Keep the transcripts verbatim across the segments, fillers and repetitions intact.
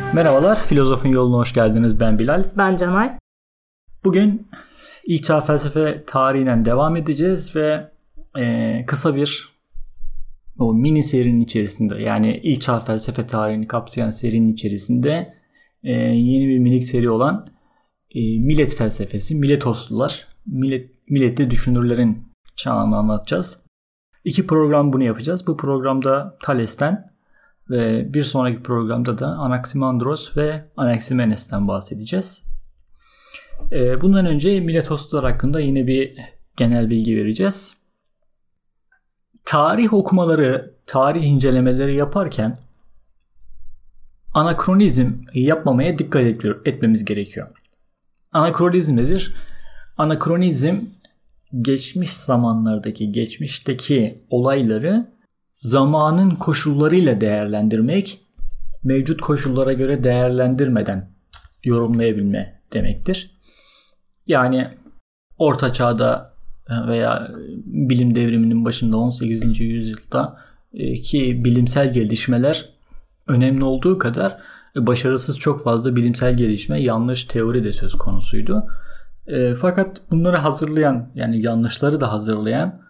Merhabalar, Filozofun Yoluna hoş geldiniz. Ben Bilal. Ben Canay. Bugün İlk Çağ Felsefe tarihinden devam edeceğiz ve e, kısa bir o mini serinin içerisinde, yani İlk Çağ Felsefe tarihini kapsayan serinin içerisinde e, yeni bir minik seri olan e, Millet Felsefesi, Miletoslular, millet, milletli düşünürlerin çağını anlatacağız. İki program bunu yapacağız. Bu programda Thales'ten ve bir sonraki programda da Anaximandros ve Anaximenes'ten bahsedeceğiz. Bundan önce Miletoslular hakkında yine bir genel bilgi vereceğiz. Tarih okumaları, tarih incelemeleri yaparken anakronizm yapmamaya dikkat etmemiz gerekiyor. Anakronizm nedir? Anakronizm geçmiş zamanlardaki, geçmişteki olayları zamanın koşullarıyla değerlendirmek, mevcut koşullara göre değerlendirmeden yorumlayabilme demektir. Yani Orta Çağ'da veya bilim devriminin başında on sekizinci yüzyılda ki bilimsel gelişmeler önemli olduğu kadar başarısız çok fazla bilimsel gelişme, yanlış teori de söz konusuydu. Fakat bunları hazırlayan, yani yanlışları da hazırlayan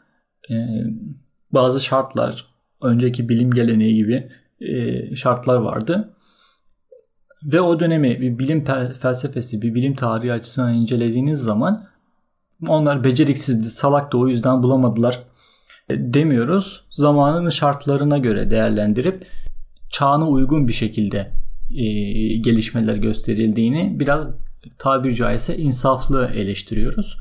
bazı şartlar, önceki bilim geleneği gibi şartlar vardı. Ve o dönemi bir bilim felsefesi, bir bilim tarihi açısından incelediğiniz zaman onlar beceriksizdi, salak da o yüzden bulamadılar demiyoruz. Zamanın şartlarına göre değerlendirip çağına uygun bir şekilde gelişmeler gösterildiğini biraz tabiri caizse insaflı eleştiriyoruz.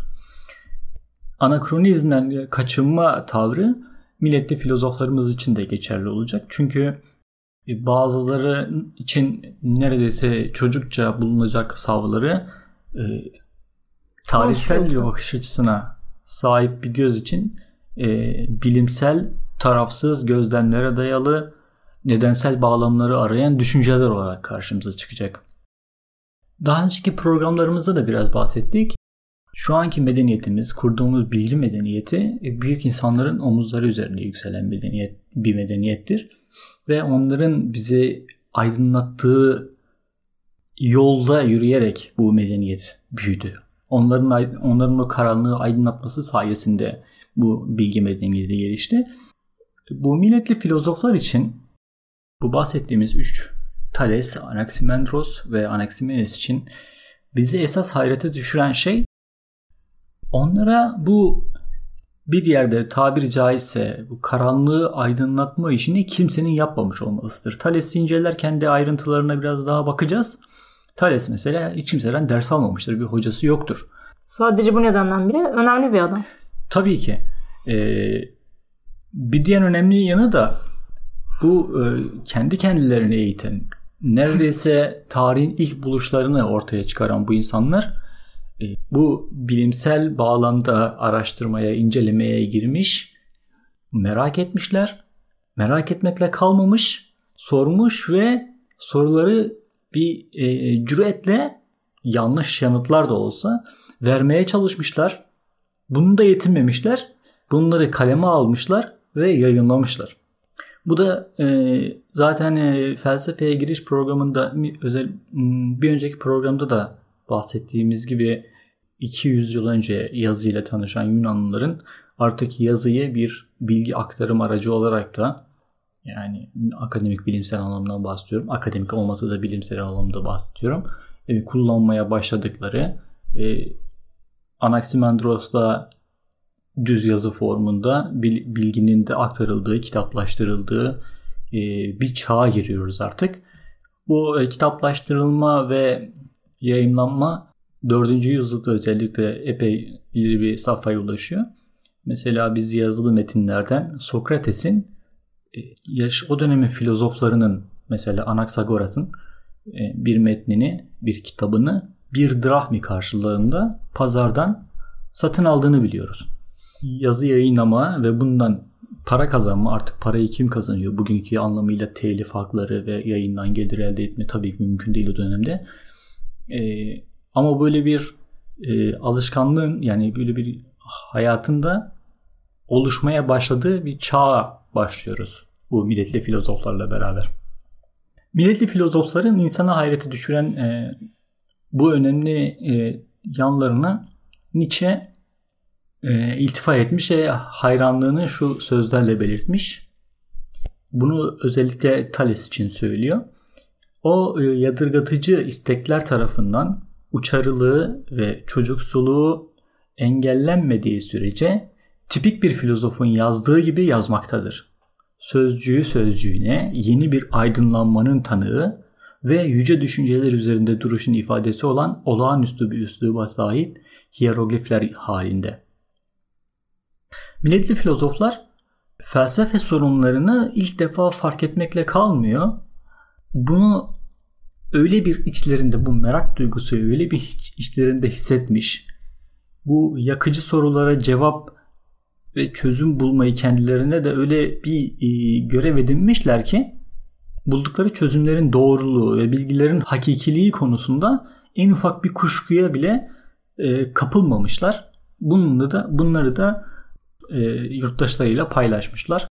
Anakronizmden kaçınma tavrı milletli filozoflarımız için de geçerli olacak. Çünkü bazıları için neredeyse çocukça bulunacak savları e, tarihsel bir bakış açısına sahip bir göz için e, bilimsel, tarafsız, gözlemlere dayalı, nedensel bağlamları arayan düşünceler olarak karşımıza çıkacak. Daha önceki programlarımızda da biraz bahsettik. Şu anki medeniyetimiz, kurduğumuz bilgi medeniyeti büyük insanların omuzları üzerinde yükselen medeniyet, bir medeniyettir. Ve onların bizi aydınlattığı yolda yürüyerek bu medeniyet büyüdü. Onların onların o karanlığı aydınlatması sayesinde bu bilgi medeniyeti gelişti. Bu milletli filozoflar için bu bahsettiğimiz üç, Thales, Anaximandros ve Anaximenes için bizi esas hayrete düşüren şey, onlara bu bir yerde tabiri caizse bu karanlığı aydınlatma işini kimsenin yapmamış olmasıdır. Thales'i incelerken de ayrıntılarına biraz daha bakacağız. Thales mesela hiç kimseden ders almamıştır. Bir hocası yoktur. Sadece bu nedenden bile önemli bir adam. Tabii ki. Ee, bir diğer önemli yanı da bu e, kendi kendilerini eğiten, neredeyse tarihin ilk buluşlarını ortaya çıkaran bu insanlar bu bilimsel bağlamda araştırmaya, incelemeye girmiş, merak etmişler, merak etmekle kalmamış, sormuş ve soruları bir e, cüretle, yanlış yanıtlar da olsa vermeye çalışmışlar. Bunu da yetinmemişler, bunları kaleme almışlar ve yayınlamışlar. Bu da e, zaten e, felsefeye giriş programında, özel bir önceki programda da bahsettiğimiz gibi iki yüz yıl önce yazıyla tanışan Yunanlıların artık yazıyı bir bilgi aktarım aracı olarak da, yani akademik bilimsel anlamda bahsediyorum, akademik olmasa da bilimsel anlamda bahsediyorum, e, kullanmaya başladıkları, e, Anaximandros'la düz yazı formunda bilginin de aktarıldığı, kitaplaştırıldığı e, bir çağa giriyoruz artık. Bu e, kitaplaştırılma ve yayınlanma dördüncü yüzyılda özellikle epey ileri bir safhaya ulaşıyor. Mesela biz yazılı metinlerden Sokrates'in yaş o dönemin filozoflarının, mesela Anaxagoras'ın bir metnini, bir kitabını bir drahmi karşılığında pazardan satın aldığını biliyoruz. Yazı yayınlama ve bundan para kazanma, artık parayı kim kazanıyor? Bugünkü anlamıyla telif hakları ve yayından gelir elde etme tabii ki mümkün değil o dönemde. Ee, ama böyle bir e, alışkanlığın, yani böyle bir hayatında oluşmaya başladığı bir çağa başlıyoruz bu milletli filozoflarla beraber. Milletli filozofların insana hayrete düşüren e, bu önemli e, yanlarına Nietzsche e, iltifa etmiş ve hayranlığını şu sözlerle belirtmiş. Bunu özellikle Thales için söylüyor. O e, yadırgatıcı istekler tarafından uçarılığı ve çocuksuluğu engellenmediği sürece tipik bir filozofun yazdığı gibi yazmaktadır. Sözcüğü sözcüğüne yeni bir aydınlanmanın tanığı ve yüce düşünceler üzerinde duruşun ifadesi olan olağanüstü bir üsluba sahip hieroglifler halinde. Milletli filozoflar felsefe sorunlarını ilk defa fark etmekle kalmıyor. Bunu öyle bir içlerinde, bu merak duygusu öyle bir içlerinde hissetmiş. Bu yakıcı sorulara cevap ve çözüm bulmayı kendilerine de öyle bir e, görev edinmişler ki buldukları çözümlerin doğruluğu ve bilgilerin hakikiliği konusunda en ufak bir kuşkuya bile e, kapılmamışlar. Bununla da bunları da e, yurttaşlarıyla paylaşmışlar.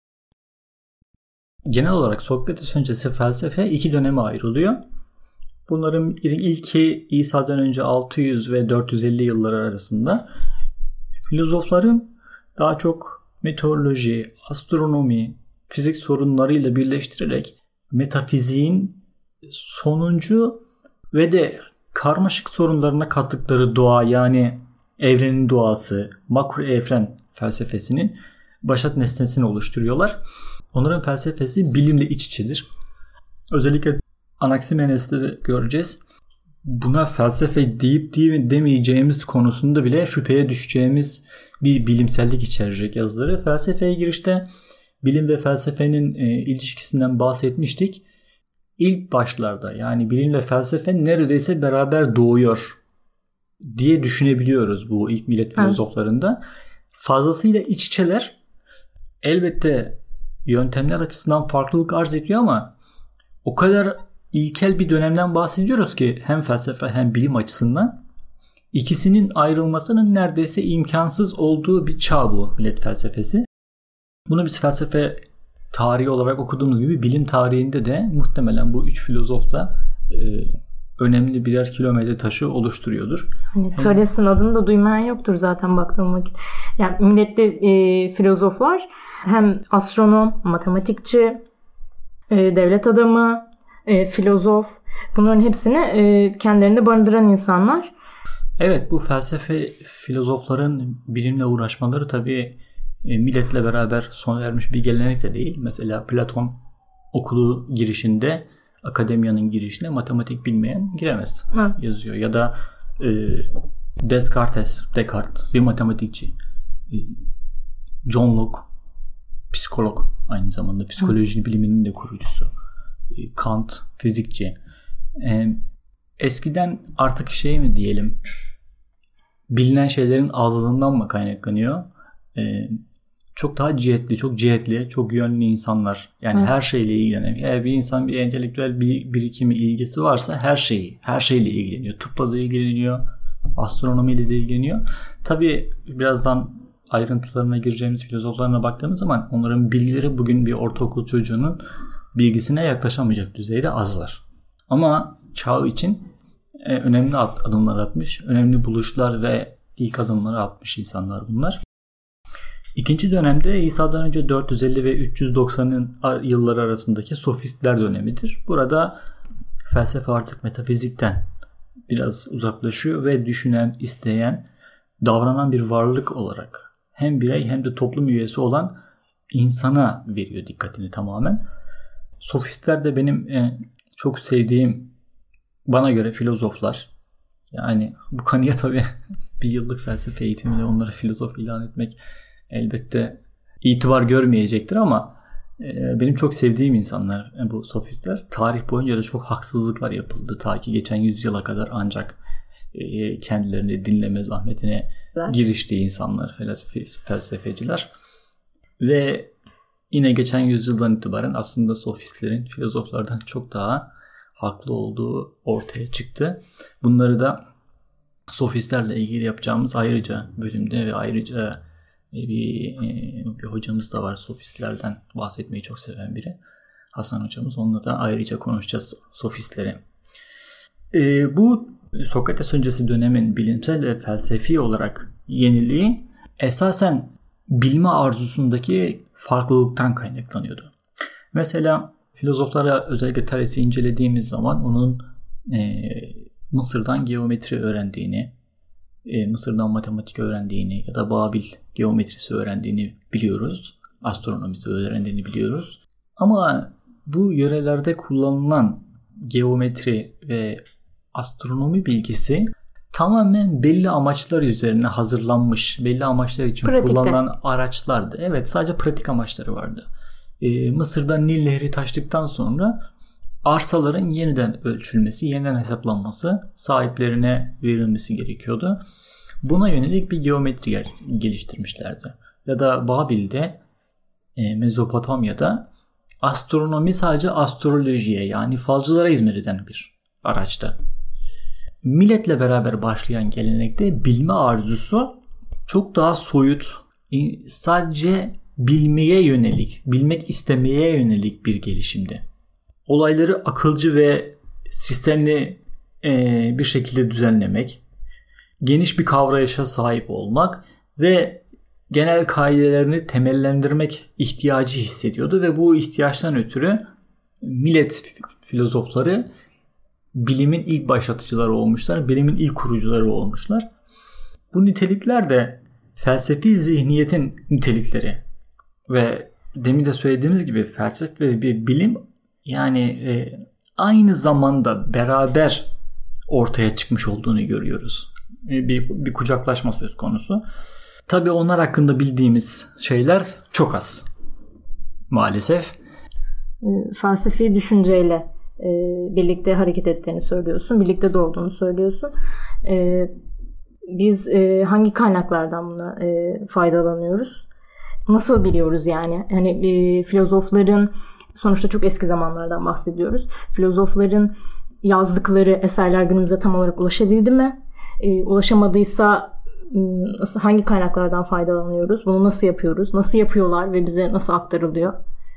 Genel olarak Sokrates öncesi felsefe iki döneme ayrılıyor. Bunların ilki İsa'dan önce altı yüz ve dört yüz elli yılları arasında filozofların daha çok meteoroloji, astronomi, fizik sorunlarıyla birleştirerek metafiziğin sonuncu ve de karmaşık sorunlarına kattıkları doğa, yani evrenin doğası, makro evren felsefesinin başat nesnesini oluşturuyorlar. Onların felsefesi bilimle iç içedir. Özellikle Anaximenes'te göreceğiz. Buna felsefe deyip değil demeyeceğimiz konusunda bile şüpheye düşeceğimiz bir bilimsellik içerecek yazıları. Felsefeye girişte bilim ve felsefenin e, ilişkisinden bahsetmiştik. İlk başlarda, yani bilimle felsefe neredeyse beraber doğuyor diye düşünebiliyoruz bu ilk millet filozoflarında. Evet. Fazlasıyla iç içeler. Elbette yöntemler açısından farklılık arz ediyor ama o kadar ilkel bir dönemden bahsediyoruz ki hem felsefe hem bilim açısından ikisinin ayrılmasının neredeyse imkansız olduğu bir çağ bu millet felsefesi. Bunu biz felsefe tarihi olarak okuduğumuz gibi bilim tarihinde de muhtemelen bu üç filozof da e, önemli birer kilometre taşı oluşturuyordur. Hani Thales'in adını da duymayan yoktur zaten baktığım vakit. Yani milletli e, filozoflar hem astronom, matematikçi, e, devlet adamı, e, filozof, bunların hepsini e, kendilerinde barındıran insanlar. Evet, bu felsefe filozofların bilimle uğraşmaları tabii e, milletle beraber sona ermiş bir gelenek de değil. Mesela Platon okulu girişinde, akademiyanın girişine matematik bilmeyen giremez evet. yazıyor. Ya da e, Descartes, Descartes bir matematikçi. E, John Locke psikolog, aynı zamanda psikoloji evet. biliminin de kurucusu. E, Kant fizikçi. E, eskiden artık şey mi diyelim, bilinen şeylerin azlığından mı kaynaklanıyor? E, çok daha cihetli, çok cihetli, çok yönlü insanlar. Yani evet. her şeyle ilgileniyor. Eğer bir insan bir entelektüel bir birikimi, ilgisi varsa her şeyi, her şeyle ilgileniyor. Tıpla da ilgileniyor, astronomiyle de ilgileniyor. Tabii birazdan ayrıntılarına gireceğimiz filozoflarına baktığımız zaman onların bilgileri bugün bir ortaokul çocuğunun bilgisine yaklaşamayacak düzeyde azlar. Ama çağı için e, önemli adımlar atmış, önemli buluşlar ve ilk adımları atmış insanlar bunlar. İkinci dönemde İsa'dan önce dört yüz elli ve üç yüz doksanın yılları arasındaki sofistler dönemidir. Burada felsefe artık metafizikten biraz uzaklaşıyor ve düşünen, isteyen, davranan bir varlık olarak hem birey hem de toplum üyesi olan insana veriyor dikkatini tamamen. Sofistler de benim e, çok sevdiğim, bana göre filozoflar. Yani bu konuya tabii bir yıllık felsefe eğitimiyle onları filozof ilan etmek elbette itibar görmeyecektir ama e, benim çok sevdiğim insanlar e, bu sofistler. Tarih boyunca da çok haksızlıklar yapıldı. Ta ki geçen yüzyıla kadar ancak e, kendilerini dinleme zahmetine giriştiği insanlar, felsefe, felsefeciler. Ve yine geçen yüzyıldan itibaren aslında sofistlerin filozoflardan çok daha haklı olduğu ortaya çıktı. Bunları da sofistlerle ilgili yapacağımız ayrıca bölümde ve ayrıca bir, bir hocamız da var, sofistlerden bahsetmeyi çok seven biri. Hasan hocamız. Onunla da ayrıca konuşacağız sofistleri. E, bu Sokrates öncesi dönemin bilimsel ve felsefi olarak yeniliği esasen bilme arzusundaki farklılıktan kaynaklanıyordu. Mesela filozoflara özellikle Thales'i incelediğimiz zaman onun e, Mısır'dan geometri öğrendiğini, e, Mısır'dan matematik öğrendiğini ya da Babil geometrisi öğrendiğini biliyoruz. Astronomisi öğrendiğini biliyoruz. Ama bu yörelerde kullanılan geometri ve astronomi bilgisi tamamen belli amaçlar üzerine hazırlanmış, belli amaçlar için Pratikte. kullanılan araçlardı. Evet, sadece pratik amaçları vardı. Ee, Mısır'da Nil Nehri taştıktan sonra arsaların yeniden ölçülmesi, yeniden hesaplanması, sahiplerine verilmesi gerekiyordu. Buna yönelik bir geometri geliştirmişlerdi. Ya da Babil'de, e, Mezopotamya'da astronomi sadece astrolojiye, yani falcılara hizmet eden bir araçtı. Milletle beraber başlayan gelenekte bilme arzusu çok daha soyut, sadece bilmeye yönelik, bilmek istemeye yönelik bir gelişimdi. Olayları akılcı ve sistemli e, bir şekilde düzenlemek, geniş bir kavrayışa sahip olmak ve genel kaidelerini temellendirmek ihtiyacı hissediyordu ve bu ihtiyaçtan ötürü millet filozofları bilimin ilk başlatıcıları olmuşlar, bilimin ilk kurucuları olmuşlar. Bu nitelikler de felsefi zihniyetin nitelikleri ve demin de söylediğimiz gibi felsefe ve bilim yani e, aynı zamanda beraber ortaya çıkmış olduğunu görüyoruz. E, bir, bir kucaklaşma söz konusu. Tabii onlar hakkında bildiğimiz şeyler çok az maalesef. E, felsefi düşünceyle e, birlikte hareket ettiğini söylüyorsun, birlikte doğduğunu söylüyorsun. E, biz e, hangi kaynaklardan buna e, faydalanıyoruz? Nasıl biliyoruz yani? Yani e, filozofların sonuçta çok eski zamanlardan bahsediyoruz. Filozofların yazdıkları eserler günümüze tam olarak ulaşabildi mi? E, ulaşamadıysa nasıl, hangi kaynaklardan faydalanıyoruz? Bunu nasıl yapıyoruz? Nasıl yapıyorlar ve bize nasıl aktarılıyor?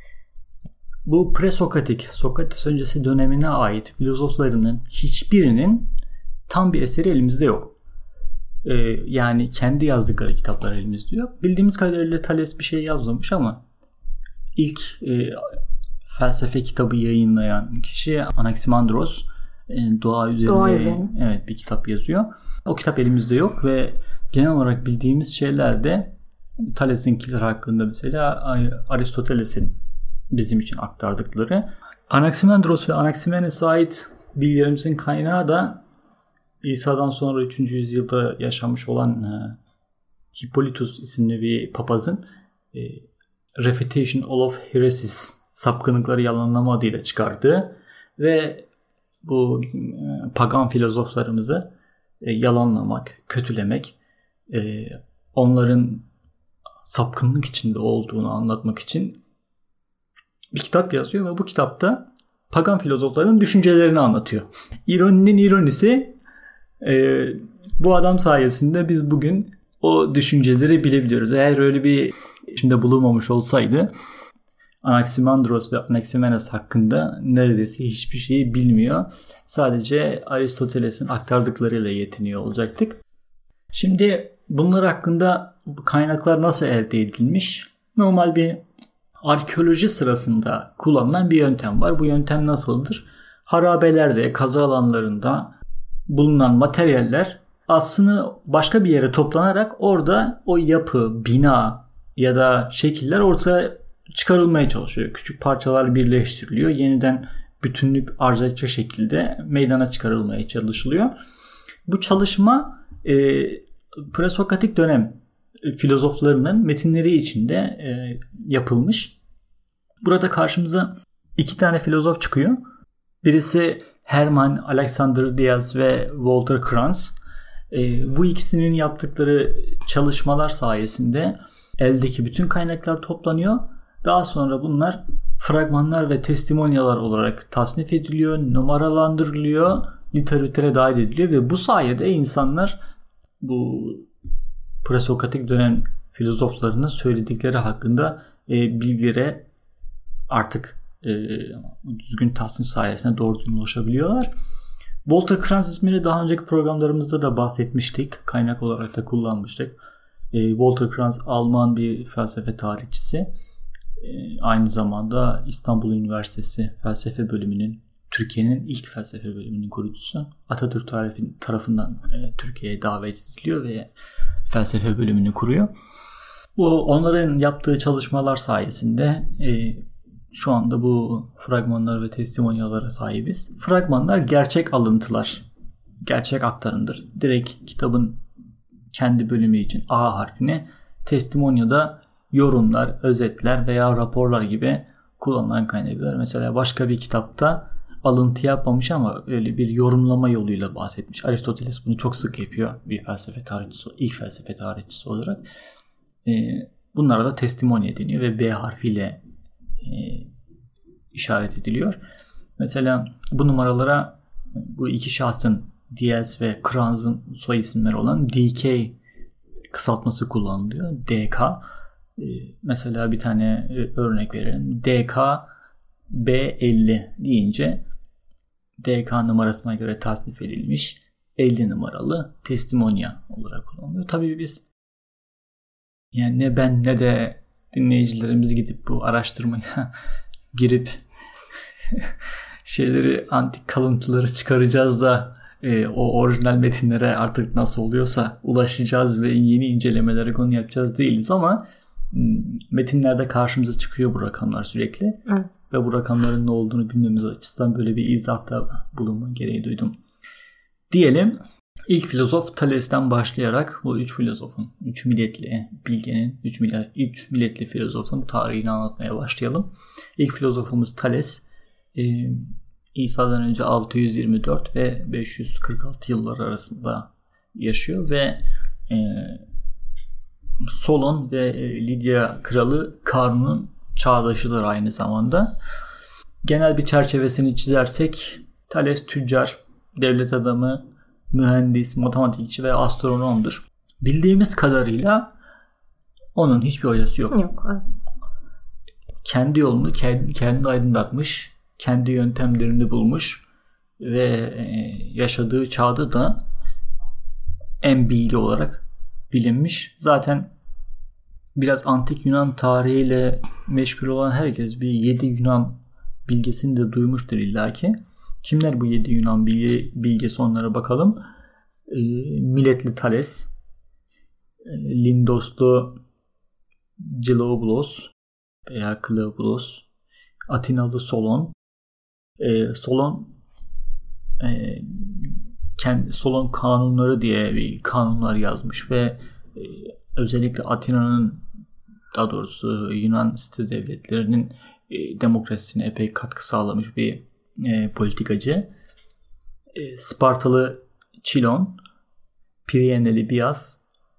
Bu pre-Sokratik, Sokrates öncesi dönemine ait filozoflarının hiçbirinin tam bir eseri elimizde yok. Ee, yani kendi yazdıkları kitaplar elimizde yok. Bildiğimiz kadarıyla Thales bir şey yazmamış ama ilk e, felsefe kitabı yayınlayan kişi Anaximandros e, doğa üzerine, doğa üzerine evet bir kitap yazıyor. O kitap elimizde yok ve genel olarak bildiğimiz şeyler de Thales'inkiler hakkında mesela Aristoteles'in bizim için aktardıkları. Anaximandros ve Anaximenes'e ait bilgilerimizin kaynağı da İsa'dan sonra üçüncü yüzyılda yaşamış olan e, Hippolytus isimli bir papazın e, Refutation of Heresies, sapkınlıkları yalanlama adıyla çıkardığı ve bu bizim e, pagan filozoflarımızı e, yalanlamak, kötülemek, e, onların sapkınlık içinde olduğunu anlatmak için bir kitap yazıyor ve bu kitapta pagan filozofların düşüncelerini anlatıyor. İroninin ironisi e, bu adam sayesinde biz bugün o düşünceleri bilebiliyoruz. Eğer öyle bir içinde bulunmamış olsaydı Anaximandros ve Anaximenes hakkında neredeyse hiçbir şeyi bilmiyor. Sadece Aristoteles'in aktardıklarıyla yetiniyor olacaktık. Şimdi bunlar hakkında kaynaklar nasıl elde edilmiş? Normal bir arkeoloji sırasında kullanılan bir yöntem var. Bu yöntem nasıldır? Harabelerde, kazı alanlarında bulunan materyaller aslında başka bir yere toplanarak orada o yapı, bina ya da şekiller ortaya çıkarılmaya çalışıyor. Küçük parçalar birleştiriliyor. Yeniden bütünlük arz edecek şekilde meydana çıkarılmaya çalışılıyor. Bu çalışma e, pre-Sokratik dönem filozoflarının metinleri içinde e, yapılmış. Burada karşımıza iki tane filozof çıkıyor. Birisi Hermann Alexander Diels ve Walter Krantz. E, bu ikisinin yaptıkları çalışmalar sayesinde eldeki bütün kaynaklar toplanıyor. Daha sonra bunlar fragmanlar ve testimonyalar olarak tasnif ediliyor, numaralandırılıyor, literatüre dahil ediliyor ve bu sayede insanlar bu pre-Sokratik dönem filozoflarının söyledikleri hakkında e, bilgilere artık e, düzgün tahsin sayesinde doğru düzgün ulaşabiliyorlar. Walter Kranz ismini daha önceki programlarımızda da bahsetmiştik. Kaynak olarak da kullanmıştık. E, Walter Kranz Alman bir felsefe tarihçisi. E, aynı zamanda İstanbul Üniversitesi felsefe bölümünün, Türkiye'nin ilk felsefe bölümünün kurucusu. Atatürk tarafından e, Türkiye'ye davet ediliyor ve felsefe bölümünü kuruyor. Bu onların yaptığı çalışmalar sayesinde e, şu anda bu fragmanlar ve testimonyalara sahibiz. Fragmanlar gerçek alıntılar, gerçek aktarımdır. Direkt kitabın kendi bölümü için A harfini, testimonyada yorumlar, özetler veya raporlar gibi kullanılan kaynaklar. Mesela başka bir kitapta alıntı yapmamış ama öyle bir yorumlama yoluyla bahsetmiş. Aristoteles bunu çok sık yapıyor bir felsefe tarihçisi, ilk felsefe tarihçisi olarak. E, bunlara da testimonya deniyor ve B harfiyle e, işaret ediliyor. Mesela bu numaralara bu iki şahsın Diels ve Kranz'ın soy isimleri olan D K kısaltması kullanılıyor. D K. E, mesela bir tane örnek verelim. D K B elli deyince D K numarasına göre tasnif edilmiş elli numaralı testimonya olarak kullanılıyor. Tabii biz yani ne ben ne de dinleyicilerimiz gidip bu araştırmaya girip şeyleri, antik kalıntıları çıkaracağız da e, o orijinal metinlere artık nasıl oluyorsa ulaşacağız ve yeni incelemeleri konu yapacağız değiliz ama metinlerde karşımıza çıkıyor bu rakamlar sürekli. Evet. Ve bu rakamların ne olduğunu bilmemiz açısından böyle bir izahta bulunma gereği duydum. Diyelim ilk filozof Thales'ten başlayarak bu üç filozofun, üç milletli bilgenin, üç, millet, üç milletli filozofun tarihini anlatmaya başlayalım. İlk filozofumuz Thales. Ee, İsa'dan önce altı yüz yirmi dört ve beş yüz kırk altı yıllar arasında yaşıyor ve e, Solon ve Lidya kralı Karun'un çağdaşıdır aynı zamanda. Genel bir çerçevesini çizersek Thales tüccar, devlet adamı, mühendis, matematikçi ve astronomdur. Bildiğimiz kadarıyla onun hiçbir hocası yok. Yok. Evet. Kendi yolunu kendi, kendi aydınlatmış, kendi yöntemlerini bulmuş ve yaşadığı çağda da en bilgi olarak bilinmiş. Zaten biraz antik Yunan tarihiyle meşgul olan herkes bir yedi Yunan bilgesini de duymuştur illaki. Kimler bu yedi Yunan bilgi, bilgesi, onlara bakalım. E, Miletli Thales, e, Lindoslu Gelaulos veya Kleoblos, Atinalı Solon. E, Solon e, kendi Solon kanunları diye bir kanunlar yazmış ve e, özellikle Atina'nın, daha doğrusu Yunan site devletlerinin e, demokrasisine epey katkı sağlamış bir e, politikacı. E, Spartalı Çilon, Prieneli Bias,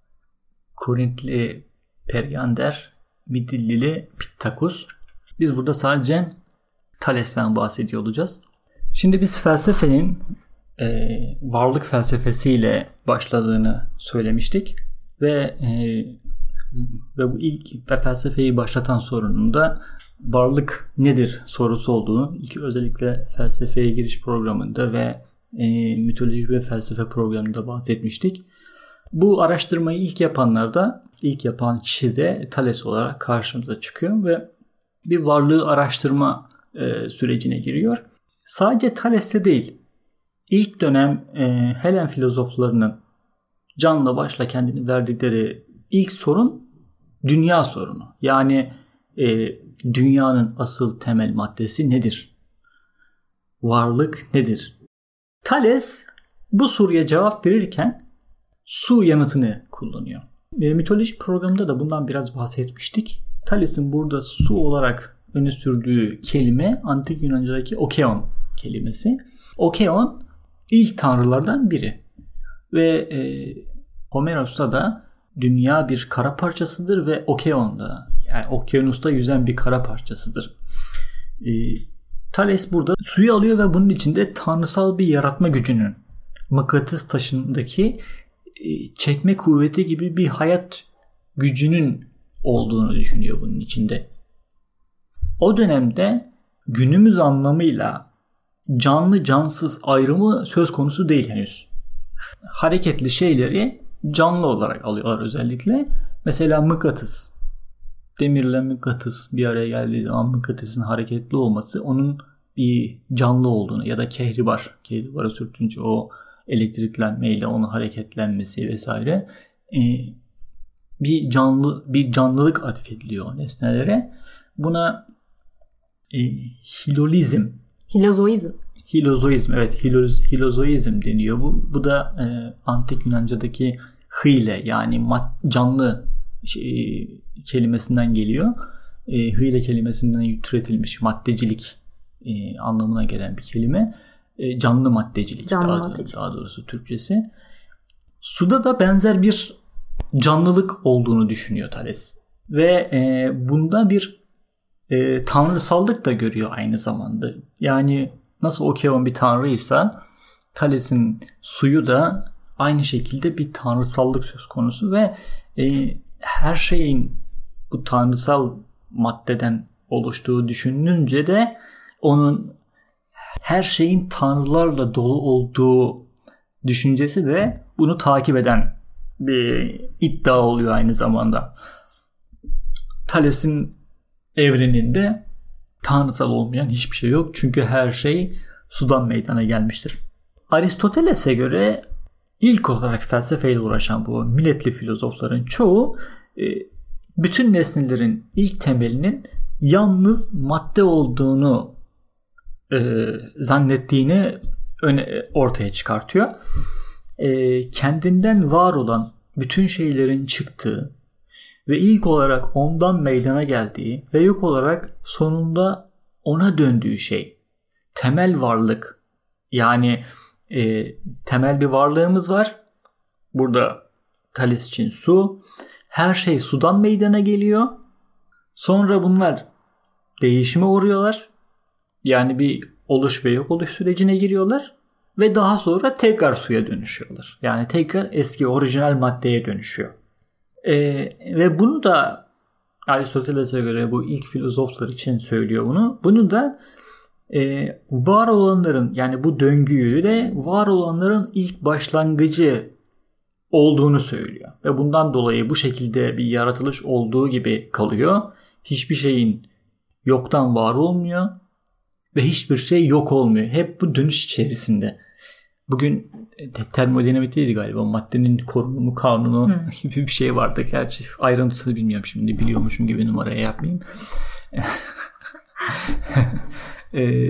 Korintli Periander, Midillili Pittakus. Biz burada sadece Thales'ten bahsediyor olacağız. Şimdi biz felsefenin e, varlık felsefesiyle başladığını söylemiştik ve e, ve bu ilk ve felsefeyi başlatan sorunun da varlık nedir sorusu olduğunu ilk özellikle felsefeye giriş programında ve e, mitoloji ve felsefe programında bahsetmiştik. Bu araştırmayı ilk yapanlar da ilk yapan kişi de Thales olarak karşımıza çıkıyor ve bir varlığı araştırma e, sürecine giriyor. Sadece Thales'te değil, ilk dönem e, Helen filozoflarının canla başla kendini verdikleri ilk sorun dünya sorunu. Yani e, dünyanın asıl temel maddesi nedir? Varlık nedir? Thales bu soruya cevap verirken su yanıtını kullanıyor. E, mitoloji programında da bundan biraz bahsetmiştik. Thales'in burada su olarak öne sürdüğü kelime antik Yunanca'daki okeon kelimesi. Okeon ilk tanrılardan biri. Ve e, Homeros'ta da dünya bir kara parçasıdır ve okeonda, yani okyanusta yüzen bir kara parçasıdır. E, Thales burada suyu alıyor ve bunun içinde tanrısal bir yaratma gücünün, mıknatıs taşındaki e, çekme kuvveti gibi bir hayat gücünün olduğunu düşünüyor bunun içinde. O dönemde günümüz anlamıyla canlı cansız ayrımı söz konusu değil henüz. Hareketli şeyleri canlı olarak alıyorlar özellikle. Mesela mıknatıs. Demirle mıknatıs bir araya geldiği zaman mıknatısın hareketli olması onun bir canlı olduğunu ya da kehribar, kehribara sürtünce o elektriklenmeyle onun hareketlenmesi vesaire e, bir canlı bir canlılık atfediliyor nesnelere. Buna e, hilolizm, hilozoizm, hilozoizm evet hiloz, hilozoizm deniyor. Bu bu da e, antik Yunanca'daki hile yani mat, canlı şey, kelimesinden geliyor. E, hile kelimesinden türetilmiş maddecilik e, anlamına gelen bir kelime. E, canlı maddecilik, canlı daha, maddecilik. daha doğrusu Türkçesi. Suda da benzer bir canlılık olduğunu düşünüyor Thales. Ve e, bunda bir e, tanrısallık da görüyor aynı zamanda. Yani nasıl Okeon bir tanrıysa Thales'in suyu da aynı şekilde bir tanrısallık söz konusu ve e, her şeyin bu tanrısal maddeden oluştuğu düşünülünce de onun her şeyin tanrılarla dolu olduğu düşüncesi ve bunu takip eden bir iddia oluyor aynı zamanda. Thales'in evreninde tanrısal olmayan hiçbir şey yok. Çünkü her şey sudan meydana gelmiştir. Aristoteles'e göre ilk olarak felsefeyle uğraşan bu milletli filozofların çoğu bütün nesnelerin ilk temelinin yalnız madde olduğunu e, zannettiğini öne, ortaya çıkartıyor. E, kendinden var olan bütün şeylerin çıktığı ve ilk olarak ondan meydana geldiği ve yok olarak sonunda ona döndüğü şey temel varlık. Yani e, temel bir varlığımız var. Burada Thales için su. Her şey sudan meydana geliyor. Sonra bunlar değişime uğruyorlar. Yani bir oluş ve yok oluş sürecine giriyorlar. Ve daha sonra tekrar suya dönüşüyorlar. Yani tekrar eski orijinal maddeye dönüşüyor. Ee, ve bunu da Aristoteles'e göre bu ilk filozoflar için söylüyor bunu. Bunu da e, var olanların yani bu döngüyü de var olanların ilk başlangıcı olduğunu söylüyor. Ve bundan dolayı bu şekilde bir yaratılış olduğu gibi kalıyor. Hiçbir şeyin yoktan var olmuyor. Ve hiçbir şey yok olmuyor. Hep bu dönüş içerisinde. Bugün termodinamikteydi galiba. Maddenin korunumu kanunu hmm. gibi bir şey vardı. Gerçi ayrıntısını bilmiyorum şimdi. Biliyormuşum gibi numaraya yapmayayım. e,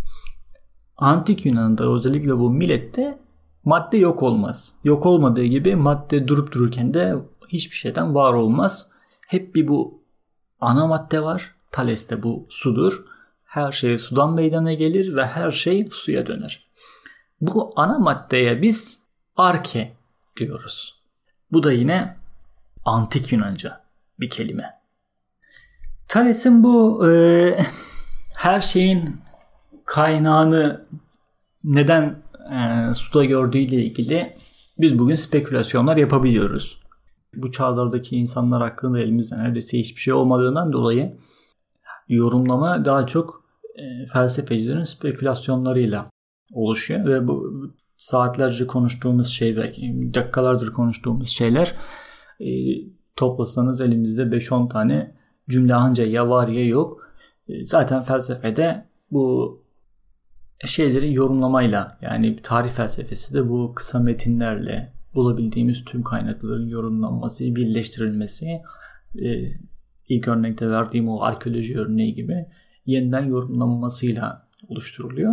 Antik Yunan'da özellikle bu millette madde yok olmaz. Yok olmadığı gibi madde durup dururken de hiçbir şeyden var olmaz. Hep bir bu ana madde var. Thales'te bu sudur. Her şey sudan meydana gelir ve her şey suya döner. Bu ana maddeye biz arke diyoruz. Bu da yine antik Yunanca bir kelime. Thales'in bu e, her şeyin kaynağını neden e, suda gördüğüyle ilgili biz bugün spekülasyonlar yapabiliyoruz. Bu çağlardaki insanlar hakkında elimizde neredeyse hiçbir şey olmadığından dolayı yorumlama daha çok e, felsefecilerin spekülasyonlarıyla oluşuyor ve bu saatlerce konuştuğumuz şey belki dakikalardır konuştuğumuz şeyler e, toplasanız elimizde beş on tane cümle anca ya var ya yok. E, zaten felsefede bu şeyleri yorumlamayla yani tarih felsefesi de bu kısa metinlerle bulabildiğimiz tüm kaynakların yorumlanması, birleştirilmesi e, ilk örnekte verdiğim o arkeoloji örneği gibi yeniden yorumlanmasıyla oluşturuluyor.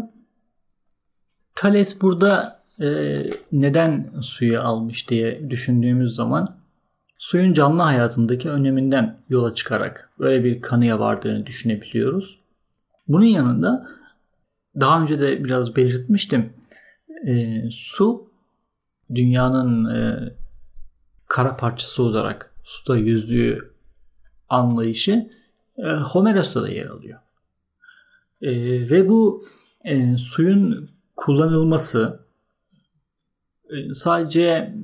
Thales burada e, neden suyu almış diye düşündüğümüz zaman suyun canlı hayatındaki öneminden yola çıkarak böyle bir kanıya vardığını düşünebiliyoruz. Bunun yanında daha önce de biraz belirtmiştim. E, su dünyanın e, kara parçası olarak suda yüzdüğü anlayışı e, Homeros'ta da yer alıyor. E, ve bu e, suyun kullanılması e, sadece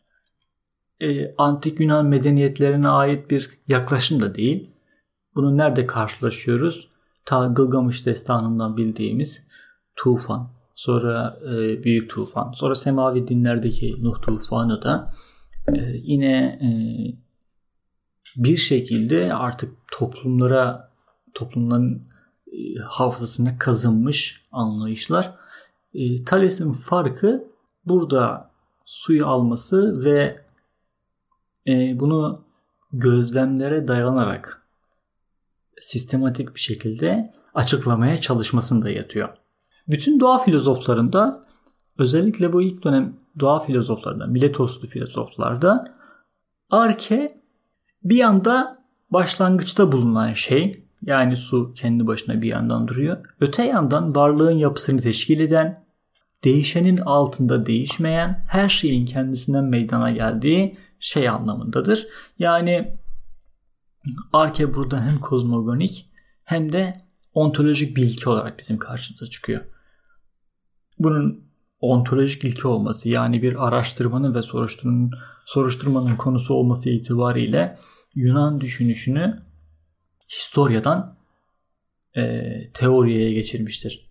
e, antik Yunan medeniyetlerine ait bir yaklaşım da değil. Bunu nerede karşılaşıyoruz? ta Gılgamış destanından bildiğimiz tufan, sonra e, büyük tufan, sonra semavi dinlerdeki Nuh tufanı da e, yine e, bir şekilde artık toplumlara, toplumların e, hafızasına kazınmış anlayışlar. E, Thales'in farkı burada suyu alması ve e, bunu gözlemlere dayanarak sistematik bir şekilde açıklamaya çalışmasında yatıyor. Bütün doğa filozoflarında, özellikle bu ilk dönem doğa filozoflarında, Miletoslu filozoflarda arke bir yanda başlangıçta bulunan şey, yani su kendi başına bir yandan duruyor. Öte yandan varlığın yapısını teşkil eden, değişenin altında değişmeyen, her şeyin kendisinden meydana geldiği şey anlamındadır. Yani arke burada hem kozmogonik hem de ontolojik bir ilke olarak bizim karşımıza çıkıyor. Bunun ontolojik ilke olması, yani bir araştırmanın ve soruşturmanın, soruşturmanın konusu olması itibariyle Yunan düşünüşünü historiadan e, teoriye geçirmiştir.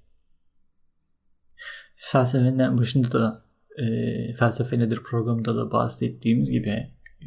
Felsefenin başında da e, Felsefe Nedir programında da bahsettiğimiz gibi e,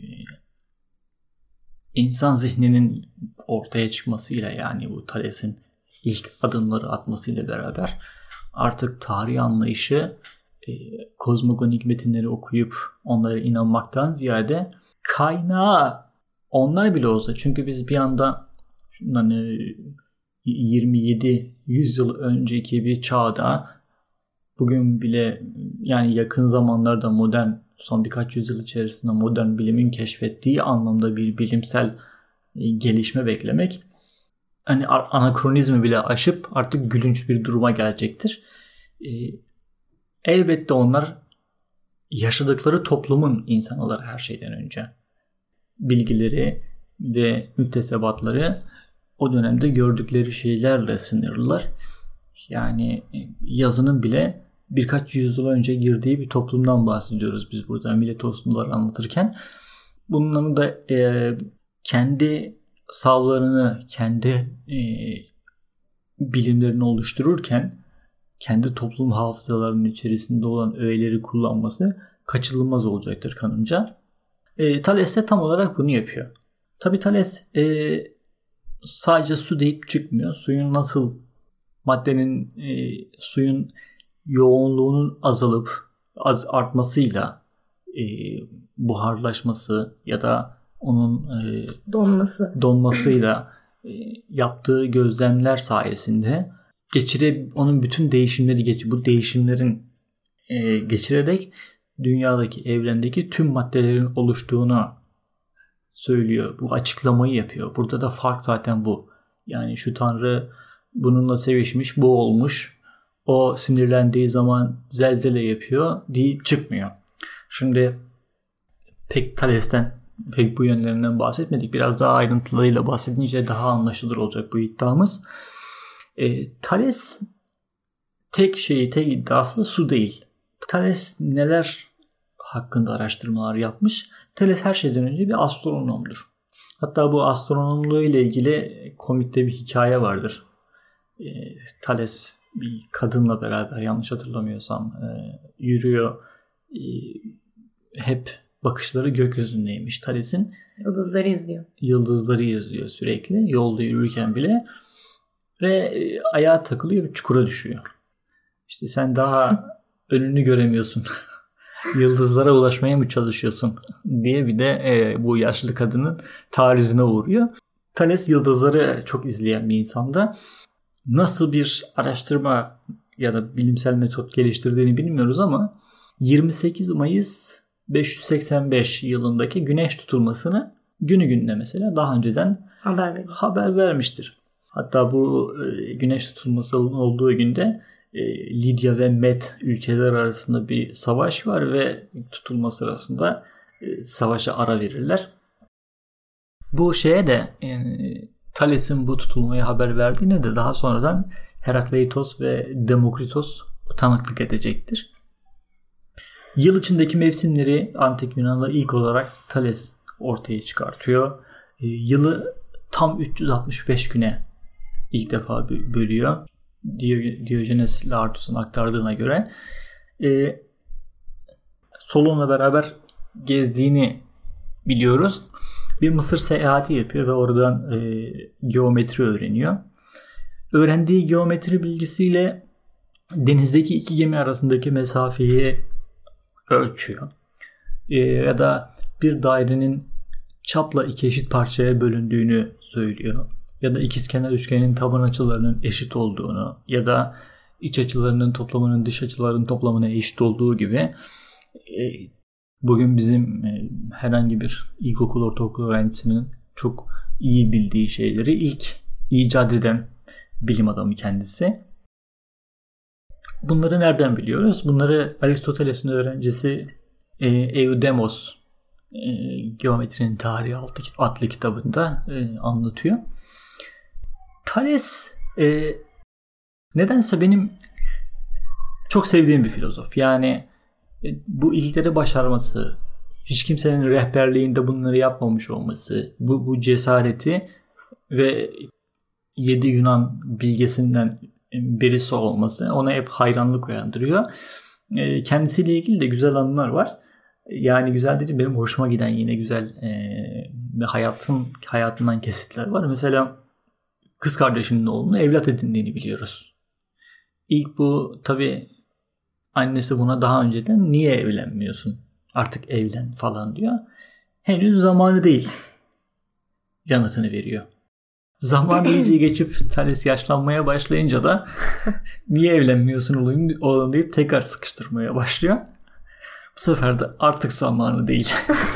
insan zihninin ortaya çıkmasıyla, yani bu Thales'in ilk adımları atmasıyla beraber artık tarih anlayışı e, kozmogonik metinleri okuyup onlara inanmaktan ziyade kaynağı onlar bile olsa, çünkü biz bir anda hani yirmi yedi yüz yıl önceki bir çağda, bugün bile yani yakın zamanlarda modern, son birkaç yüzyıl içerisinde modern bilimin keşfettiği anlamda bir bilimsel gelişme beklemek, hani anakronizmi bile aşıp artık gülünç bir duruma gelecektir. Elbette onlar yaşadıkları toplumun insanları her şeyden önce. Bilgileri ve müktesebatları o dönemde gördükleri şeylerle sınırlılar. Yani yazının bile birkaç yüzyıl önce girdiği bir toplumdan bahsediyoruz biz burada Miletosluları anlatırken. Bunların da e, kendi savlarını, kendi e, bilimlerini oluştururken kendi toplum hafızalarının içerisinde olan öğeleri kullanması kaçınılmaz olacaktır kanımca. E, Thales de tam olarak bunu yapıyor. Tabii Thales e, sadece su deyip çıkmıyor. Suyun nasıl, maddenin, e, suyun yoğunluğunun azalıp az artmasıyla e, buharlaşması ya da onun e, donması donmasıyla e, yaptığı gözlemler sayesinde geçire onun bütün değişimleri geç bu değişimlerin e, geçirerek dünyadaki, evrendeki tüm maddelerin oluştuğunu söylüyor. Bu açıklamayı yapıyor. Burada da fark zaten bu. Yani şu tanrı bununla sevişmiş, bu olmuş. O sinirlendiği zaman zelzele yapıyor deyip çıkmıyor. Şimdi pek Thales'ten pek bu yönlerinden bahsetmedik. Biraz daha ayrıntılarıyla bahsedince daha anlaşılır olacak bu iddiamız. E, Thales tek şeyi, tek iddiası su değil. Thales neler hakkında araştırmalar yapmış? Thales her şeyden önce bir astronomdur. Hatta bu astronomluğu ile ilgili komikte bir hikaye vardır. E, Thales bir kadınla beraber, yanlış hatırlamıyorsam, e, yürüyor. E, hep bakışları gökyüzündeymiş Thales'in. Yıldızları izliyor. Yıldızları izliyor sürekli. Yolda yürürken bile. Ve e, ayağa takılıyor, bir çukura düşüyor. İşte sen daha önünü göremiyorsun. Yıldızlara ulaşmaya mı çalışıyorsun diye bir de e, bu yaşlı kadının tarizine uğruyor. Thales yıldızları çok izleyen bir insanda. Nasıl bir araştırma ya da bilimsel metot geliştirdiğini bilmiyoruz ama yirmi sekiz Mayıs beş yüz seksen beş yılındaki güneş tutulmasını günü gününe mesela daha önceden haber, haber vermiştir. Hatta bu e, güneş tutulması olduğu günde e, Lidya ve Met ülkeler arasında bir savaş var ve tutulma sırasında e, savaşa ara verirler. Bu şeye de e, Thales'in bu tutulmayı haber verdiğine de daha sonradan Herakleitos ve Demokritos tanıklık edecektir. Yıl içindeki mevsimleri Antik Yunan'da ilk olarak Thales ortaya çıkartıyor. E, yılı tam üç yüz altmış beş güne ilk defa bölüyor. Diogenes Laertius'un aktardığına göre. E, Solon'la beraber gezdiğini biliyoruz. Bir Mısır seyahati yapıyor ve oradan e, geometri öğreniyor. Öğrendiği geometri bilgisiyle denizdeki iki gemi arasındaki mesafeyi ölçüyor. E, ya da bir dairenin çapla iki eşit parçaya bölündüğünü söylüyor. Ya da ikizkenar üçgenin taban açılarının eşit olduğunu ya da iç açılarının toplamının dış açılarının toplamına eşit olduğu gibi e, bugün bizim e, herhangi bir ilkokul, ortaokul öğrencisinin çok iyi bildiği şeyleri ilk icat eden bilim adamı kendisi. Bunları nereden biliyoruz? Bunları Aristoteles'in öğrencisi e, Eudemos e, Geometrinin Tarihi adlı kitabında e, anlatıyor. Thales e, nedense benim çok sevdiğim bir filozof. Yani e, bu ilkleri başarması, hiç kimsenin rehberliğinde bunları yapmamış olması, bu, bu cesareti ve yedi Yunan bilgesinden birisi olması ona hep hayranlık uyandırıyor. E, kendisiyle ilgili de güzel anılar var. Yani güzel dediğim benim hoşuma giden yine güzel e, hayatın hayatından kesitler var. Mesela kız kardeşinin oğlunu evlat edindiğini biliyoruz. İlk bu tabii annesi buna daha önceden niye evlenmiyorsun? Artık evlen falan diyor. Henüz zamanı değil. Yanıtını veriyor. Zaman iyice geçip Thales yaşlanmaya başlayınca da niye evlenmiyorsun oğlum deyip tekrar sıkıştırmaya başlıyor. Bu sefer de artık zamanı değil.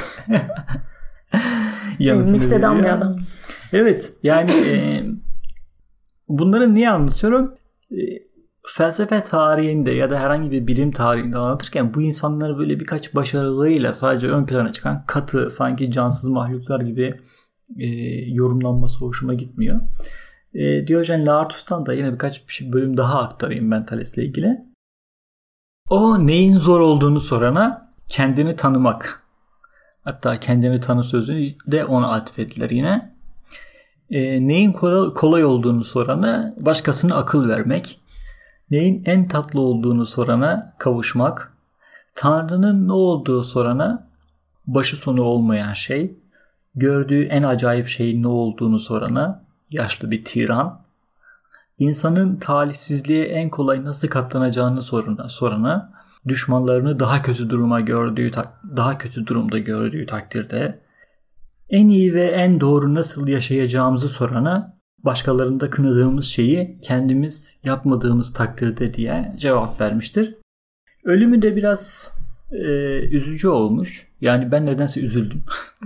Müftedam bir adam. Evet yani e, bunları niye anlatıyorum? E, felsefe tarihinde ya da herhangi bir bilim tarihinde anlatırken bu insanları böyle birkaç başarılarıyla sadece ön plana çıkan katı, sanki cansız mahluklar gibi e, yorumlanması hoşuma gitmiyor. E, Diyojen Laertius'tan da yine birkaç bir bölüm daha aktarayım ben Thales'le ilgili. O neyin zor olduğunu sorana kendini tanımak. Hatta kendini tanı sözü de ona atfettiler yine. E, neyin kolay olduğunu sorana başkasına akıl vermek. Neyin en tatlı olduğunu sorana kavuşmak. Tanrı'nın ne olduğu sorana başı sonu olmayan şey. Gördüğü en acayip şeyin ne olduğunu sorana yaşlı bir tiran. İnsanın talihsizliğe en kolay nasıl katlanacağını sorana, sorana düşmanlarını daha kötü duruma gördüğü daha kötü durumda gördüğü takdirde en iyi ve en doğru nasıl yaşayacağımızı sorana başkalarında kınadığımız şeyi kendimiz yapmadığımız takdirde diye cevap vermiştir. Ölümü de biraz e, üzücü olmuş. Yani ben nedense üzüldüm.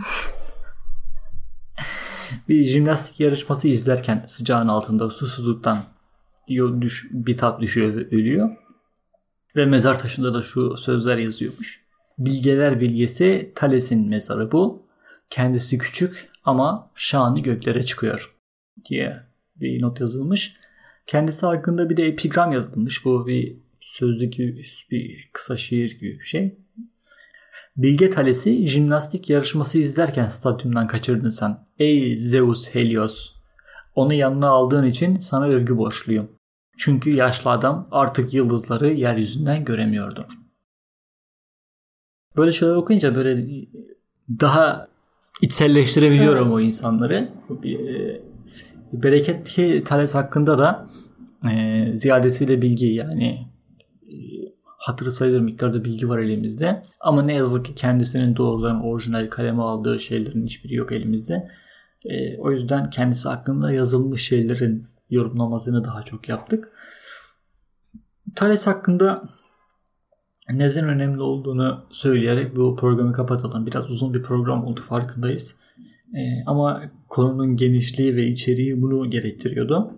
Bir jimnastik yarışması izlerken sıcağın altında susuzluktan bir tat düşüyor ve ölüyor. Ve mezar taşında da şu sözler yazıyormuş. Bilgeler bilgesi Thales'in mezarı bu. Kendisi küçük ama şanı göklere çıkıyor diye bir not yazılmış. Kendisi hakkında bir de epigram yazılmış. Bu bir sözlük, bir kısa şiir gibi bir şey. Bilge Thales'i jimnastik yarışması izlerken stadyumdan kaçırdın sen. Ey Zeus Helios! Onu yanına aldığın için sana övgü borçluyum. Çünkü yaşlı adam artık yıldızları yeryüzünden göremiyordu. Böyle şeyler okuyunca böyle daha içselleştirebiliyorum evet. O insanları. Bereketli Thales hakkında da e, ziyadesiyle bilgi, yani e, hatırı sayılır miktarda bilgi var elimizde. Ama ne yazık ki kendisinin doğrudan orijinal kaleme aldığı şeylerin hiçbiri yok elimizde. E, o yüzden kendisi hakkında yazılmış şeylerin yorumlamasını daha çok yaptık. Thales hakkında neden önemli olduğunu söyleyerek bu programı kapatalım. Biraz uzun bir program oldu, farkındayız. Ee, ama konunun genişliği ve içeriği bunu gerektiriyordu.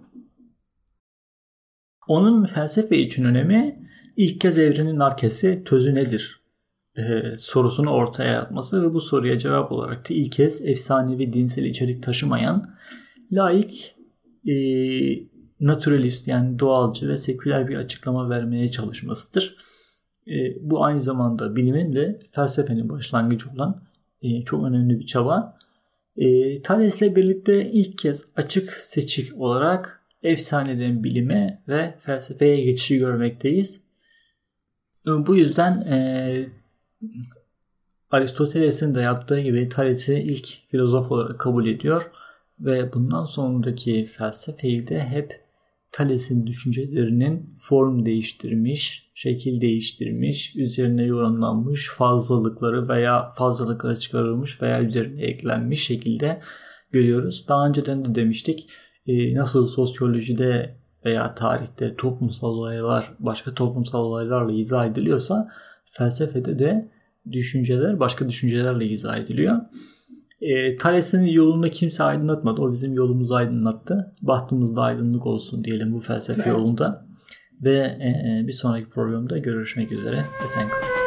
Onun felsefe için önemi ilk kez evrenin arkesi tözü nedir ee, sorusunu ortaya atması ve bu soruya cevap olarak da ilk kez efsanevi dinsel içerik taşımayan laik, e, naturalist yani doğalcı ve seküler bir açıklama vermeye çalışmasıdır. E, bu aynı zamanda bilimin ve felsefenin başlangıcı olan e, çok önemli bir çaba. E, Thales'le birlikte ilk kez açık seçik olarak efsaneden bilime ve felsefeye geçişi görmekteyiz. Bu yüzden e, Aristoteles'in de yaptığı gibi Thales'i ilk filozof olarak kabul ediyor ve bundan sonraki felsefeyi de hep Thales'in düşüncelerinin form değiştirmiş, şekil değiştirmiş, üzerine yorumlanmış fazlalıkları veya fazlalıkları çıkarılmış veya üzerine eklenmiş şekilde görüyoruz. Daha önceden de demiştik, nasıl sosyolojide veya tarihte toplumsal olaylar başka toplumsal olaylarla izah ediliyorsa felsefede de düşünceler başka düşüncelerle izah ediliyor. E, Thales'in yolunu kimse aydınlatmadı. O bizim yolumuzu aydınlattı. Bahtımızda aydınlık olsun diyelim bu felsefe yolunda. Ve e, bir sonraki programda görüşmek üzere. Esen kalın.